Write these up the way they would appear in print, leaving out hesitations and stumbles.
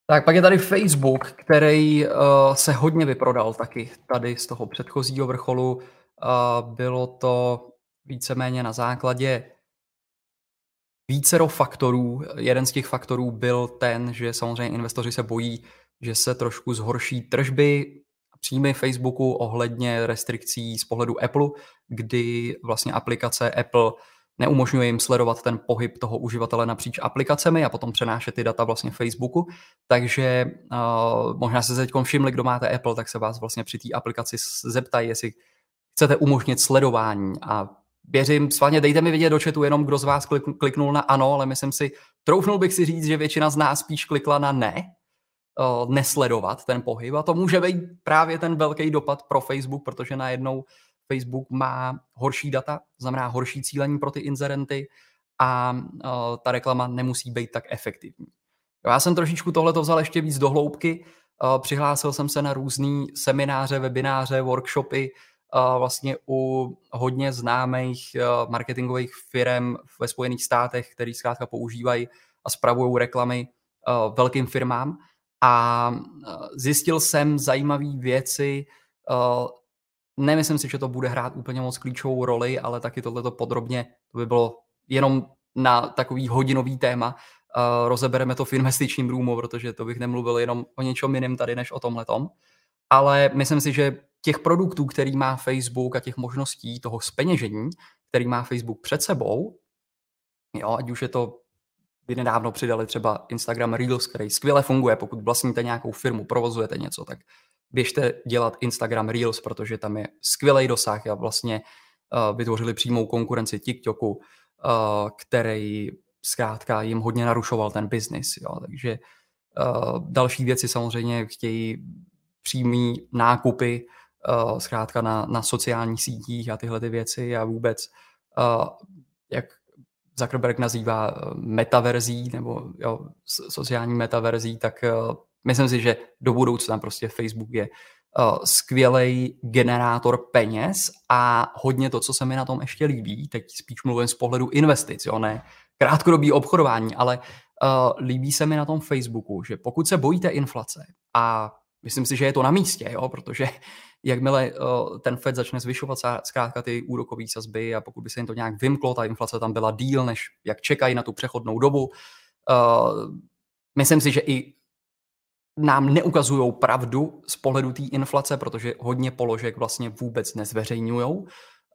Tak pak je tady Facebook, který se hodně vyprodal taky tady z toho předchozího vrcholu. Bylo to víceméně na základě vícero faktorů. Jeden z těch faktorů byl ten, že samozřejmě investoři se bojí, že se trošku zhorší tržby a příjmy Facebooku ohledně restrikcí z pohledu Apple, kdy vlastně aplikace Apple neumožňuje jim sledovat ten pohyb toho uživatele napříč aplikacemi a potom přenášet ty data vlastně Facebooku. Takže možná se teď všimli, kdo máte Apple, tak se vás vlastně při té aplikaci zeptají, jestli chcete umožnit sledování a věřím, svatně dejte mi vědět do chatu jenom, kdo z vás kliknul na ano, ale myslím si, troufnul bych si říct, že většina z nás spíš klikla na ne, nesledovat ten pohyb a to může být právě ten velký dopad pro Facebook, protože najednou Facebook má horší data, znamená horší cílení pro ty inzerenty a ta reklama nemusí být tak efektivní. Já jsem trošičku tohleto vzal ještě víc do hloubky, přihlásil jsem se na různý semináře, webináře, workshopy, vlastně u hodně známých marketingových firm ve Spojených státech, který zkrátka používají a spravují reklamy velkým firmám. A zjistil jsem zajímavé věci. Nemyslím si, že to bude hrát úplně moc klíčovou roli, ale taky tohleto podrobně, to by bylo jenom na takový hodinový téma. Rozebereme to v investičním roomu, protože to bych nemluvil jenom o něčem jiném tady, než o tomhletom. Ale myslím si, že těch produktů, který má Facebook a těch možností toho zpeněžení, který má Facebook před sebou, jo, ať už je to, vy nedávno přidali třeba Instagram Reels, který skvěle funguje, pokud vlastníte nějakou firmu, provozujete něco, tak běžte dělat Instagram Reels, protože tam je skvělej dosah a vlastně vytvořili přímou konkurenci TikToku, který zkrátka jim hodně narušoval ten biznis. Jo. Takže další věci samozřejmě chtějí přímý nákupy zkrátka na sociálních sítích a tyhle ty věci a vůbec, jak Zuckerberg nazývá metaverzí nebo sociální metaverzí, tak myslím si, že do budoucna prostě Facebook je skvělej generátor peněz a hodně to, co se mi na tom ještě líbí, teď spíš mluvím z pohledu investic, jo, ne krátkodobý obchodování, ale líbí se mi na tom Facebooku, že pokud se bojíte inflace a myslím si, že je to na místě, jo, protože jakmile ten Fed začne zvyšovat zkrátka ty úrokové sazby a pokud by se jim to nějak vymklo, ta inflace tam byla díl, než jak čekají na tu přechodnou dobu, myslím si, že i nám neukazují pravdu z pohledu té inflace, protože hodně položek vlastně vůbec nezveřejňují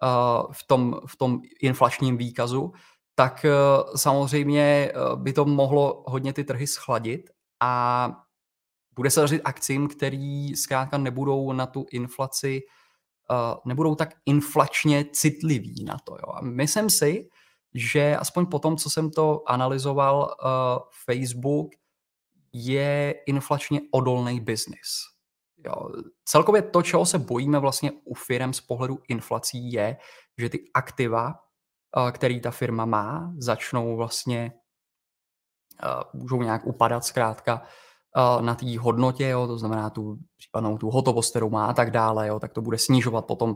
v tom inflačním výkazu, tak samozřejmě by to mohlo hodně ty trhy schladit a bude se dařit akcím, který zkrátka nebudou na tu inflaci, nebudou tak inflačně citliví na to. Jo. A myslím si, že aspoň po tom, co jsem to analyzoval, Facebook je inflačně odolný biznis. Jo. Celkově to, čeho se bojíme vlastně u firem z pohledu inflací, je, že ty aktiva, který ta firma má, začnou vlastně, můžou nějak upadat zkrátka na té hodnotě, jo, to znamená tu případnou tu hotovost, kterou má a tak dále, jo, tak to bude snižovat potom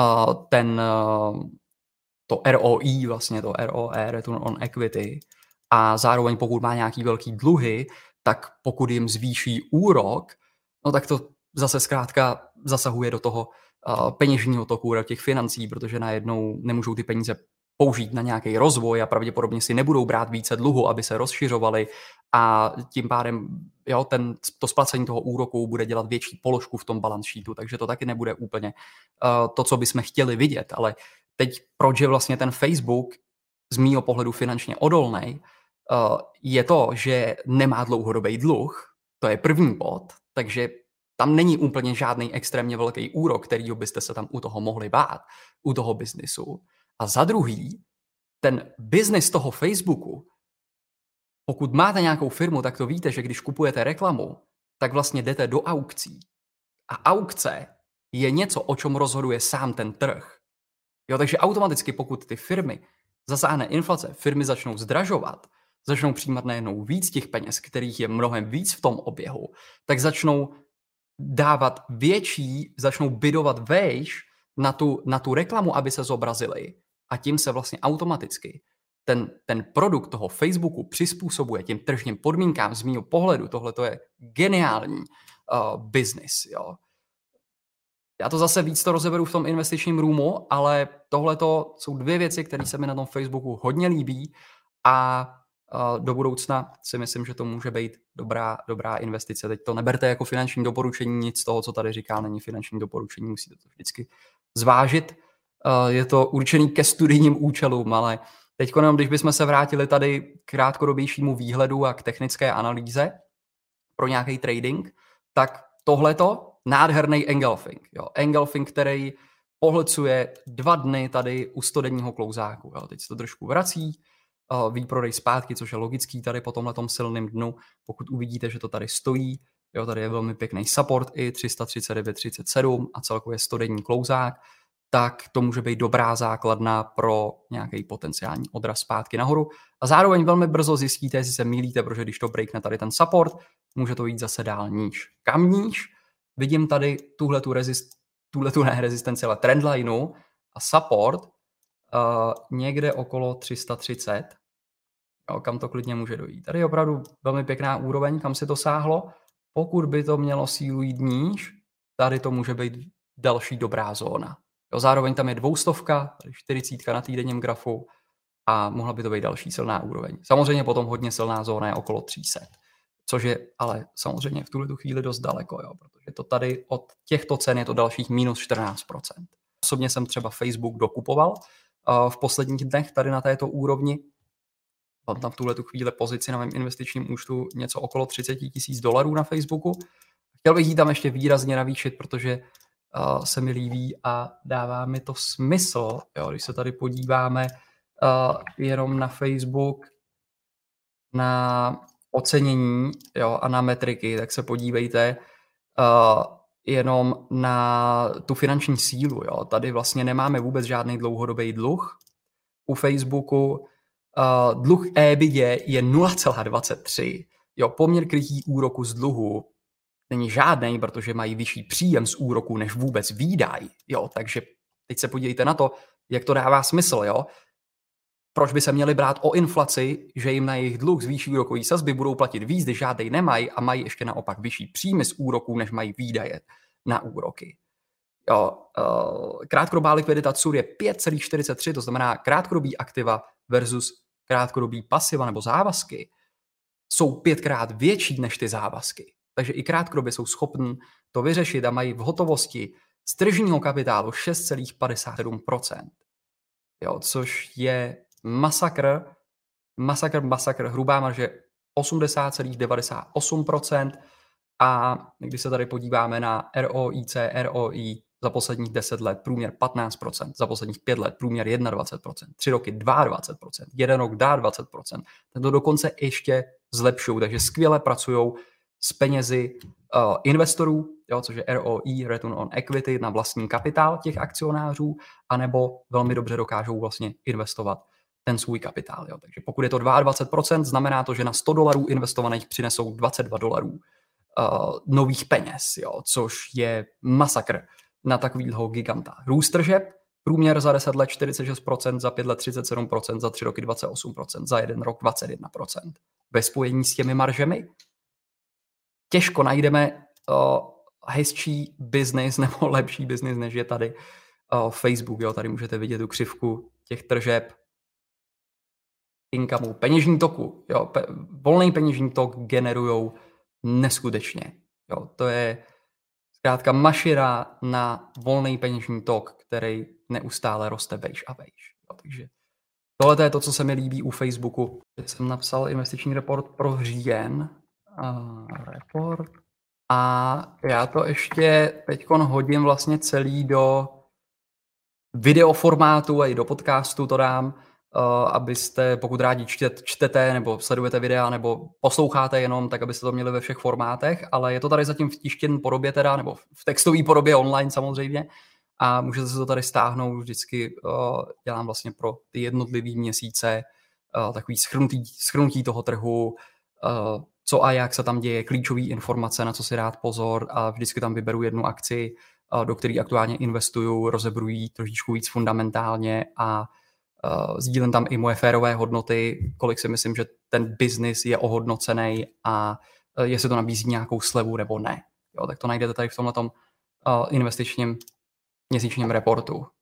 to ROI, vlastně to ROE, Return on Equity, a zároveň pokud má nějaký velký dluhy, tak pokud jim zvýší úrok, no tak to zase zkrátka zasahuje do toho peněžního toku, do těch financí, protože najednou nemůžou ty peníze použít na nějaký rozvoj a pravděpodobně si nebudou brát více dluhu, aby se rozšiřovali a tím pádem to splacení toho úroku bude dělat větší položku v tom balance sheetu, takže to taky nebude úplně to, co bychom chtěli vidět, ale teď proč je vlastně ten Facebook z mýho pohledu finančně odolný, je to, že nemá dlouhodobý dluh, to je první bod, takže tam není úplně žádný extrémně velký úrok, kterýho byste se tam u toho mohli bát, u toho biznisu. A za druhý, ten biznis toho Facebooku, pokud máte nějakou firmu, tak to víte, že když kupujete reklamu, tak vlastně jdete do aukcí. A aukce je něco, o čem rozhoduje sám ten trh. Jo, takže automaticky, pokud ty firmy zasáhne inflace, firmy začnou zdražovat, začnou přijímat najednou víc těch peněz, kterých je mnohem víc v tom oběhu, tak začnou dávat začnou bidovat vejš na tu reklamu, aby se zobrazili. A tím se vlastně automaticky ten produkt toho Facebooku přizpůsobuje těm tržním podmínkám z mého pohledu, tohle to je geniální business, jo. Já to zase víc to rozeberu v tom investičním roomu, ale tohle jsou dvě věci, které se mi na tom Facebooku hodně líbí a do budoucna si myslím, že to může být dobrá investice. Teď to neberte jako finanční doporučení, nic z toho, co tady říká, není finanční doporučení, musíte to vždycky zvážit. Je to určený ke studijním účelům, ale teď jenom, když bychom se vrátili tady k krátkodobějšímu výhledu a k technické analýze pro nějaký trading, tak tohleto nádherný engulfing. Jo. Engulfing, který pohlcuje 2 dny tady u 100denního klouzáku. Jo. Teď se to trošku vrací, výprodej zpátky, což je logický tady po tomhletom silném dnu. Pokud uvidíte, že to tady stojí, jo, tady je velmi pěkný support i 339,37 a celkově 100denní klouzák, tak to může být dobrá základna pro nějaký potenciální odraz zpátky nahoru. A zároveň velmi brzo zjistíte, jestli se mýlíte, protože když to breakne tady ten support, může to jít zase dál níž. Kam níž? Vidím tady tuhletu ne rezistenci, ale trendlineu a support někde okolo 330, jo, kam to klidně může dojít. Tady je opravdu velmi pěkná úroveň, kam si to sáhlo. Pokud by to mělo sílu jít níž, tady to může být další dobrá zóna. Jo, zároveň tam je 200, tady 40 na týdenním grafu a mohla by to být další silná úroveň. Samozřejmě potom hodně silná zóna je okolo 300, což je ale samozřejmě v tuhle chvíli dost daleko, jo, protože to tady od těchto cen je to dalších minus 14%. Osobně jsem třeba Facebook dokupoval v posledních dnech tady na této úrovni. Mám tam v tuhle chvíli pozici na mém investičním účtu něco okolo $30,000 na Facebooku. Chtěl bych ji tam ještě výrazně navýšit, protože se mi líbí a dává mi to smysl. Jo, když se tady podíváme jenom na Facebook, na ocenění, jo, a na metriky, tak se podívejte jenom na tu finanční sílu. Jo. Tady vlastně nemáme vůbec žádný dlouhodobý dluh. U Facebooku dluh EBITDA je 0,23. Jo, poměr krytí úroku z dluhu není žádný, protože mají vyšší příjem z úroku než vůbec výdaj. Jo, takže teď se podívejte na to, jak to dává smysl. Jo. Proč by se měli brát o inflaci, že jim na jejich dluh zvýší úrokový sazby, budou platit víc, když žádnej nemají a mají ještě naopak vyšší příjmy z úroků, než mají výdaje na úroky. Jo, krátkodobá likvidita CUR je 5,43, to znamená krátkodobý aktiva versus krátkodobý pasiva nebo závazky jsou 5krát větší než ty závazky. Takže i krátkodobě jsou schopni to vyřešit a mají v hotovosti z tržního kapitálu 6,57%. Jo, což je masakr, hrubá marže 80,98% a když se tady podíváme na ROIC, ROI za posledních 10 let průměr 15%, za posledních 5 let průměr 21%, 3 roky 22%, 1 rok 20%, tak to dokonce ještě zlepšují, takže skvěle pracují s penězi investorů, jo, což je ROI, Return on Equity, na vlastní kapitál těch akcionářů, anebo velmi dobře dokážou vlastně investovat ten svůj kapitál. Jo. Takže pokud je to 22%, znamená to, že na $100 investovaných přinesou $20 nových peněz, jo, což je masakr na takovýho giganta. Růst tržeb, průměr za 10 let 46%, za 5 let 37%, za 3 roky 28%, za 1 rok 21%. Ve spojení s těmi maržemi těžko najdeme hezčí biznis nebo lepší biznis, než je tady Facebook. Jo. Tady můžete vidět tu křivku těch tržeb, income, peněžní toku. Jo. Volný peněžní tok generujou neskutečně. Jo. To je zkrátka mašina na volný peněžní tok, který neustále roste vejš a vejš. Jo. Takže tohle je to, co se mi líbí u Facebooku. Teď jsem napsal investiční report pro říjen. Report. A já to ještě teďkon hodím vlastně celý do videoformátu a i do podcastu to dám, abyste, pokud rádi čtete nebo sledujete videa nebo posloucháte jenom, tak abyste to měli ve všech formátech, ale je to tady zatím v tištěné podobě teda, nebo v textové podobě online samozřejmě a můžete se to tady stáhnout, vždycky dělám vlastně pro ty jednotlivý měsíce takový shrnutí toho trhu, co a jak se tam děje, klíčové informace, na co si dát pozor a vždycky tam vyberu jednu akci, do které aktuálně investuju, rozebruji trošičku víc fundamentálně a Sdílím tam i moje férové hodnoty, kolik si myslím, že ten biznis je ohodnocený a jestli to nabízí nějakou slevu nebo ne. Jo, tak to najdete tady v tomhletom investičním měsíčním reportu.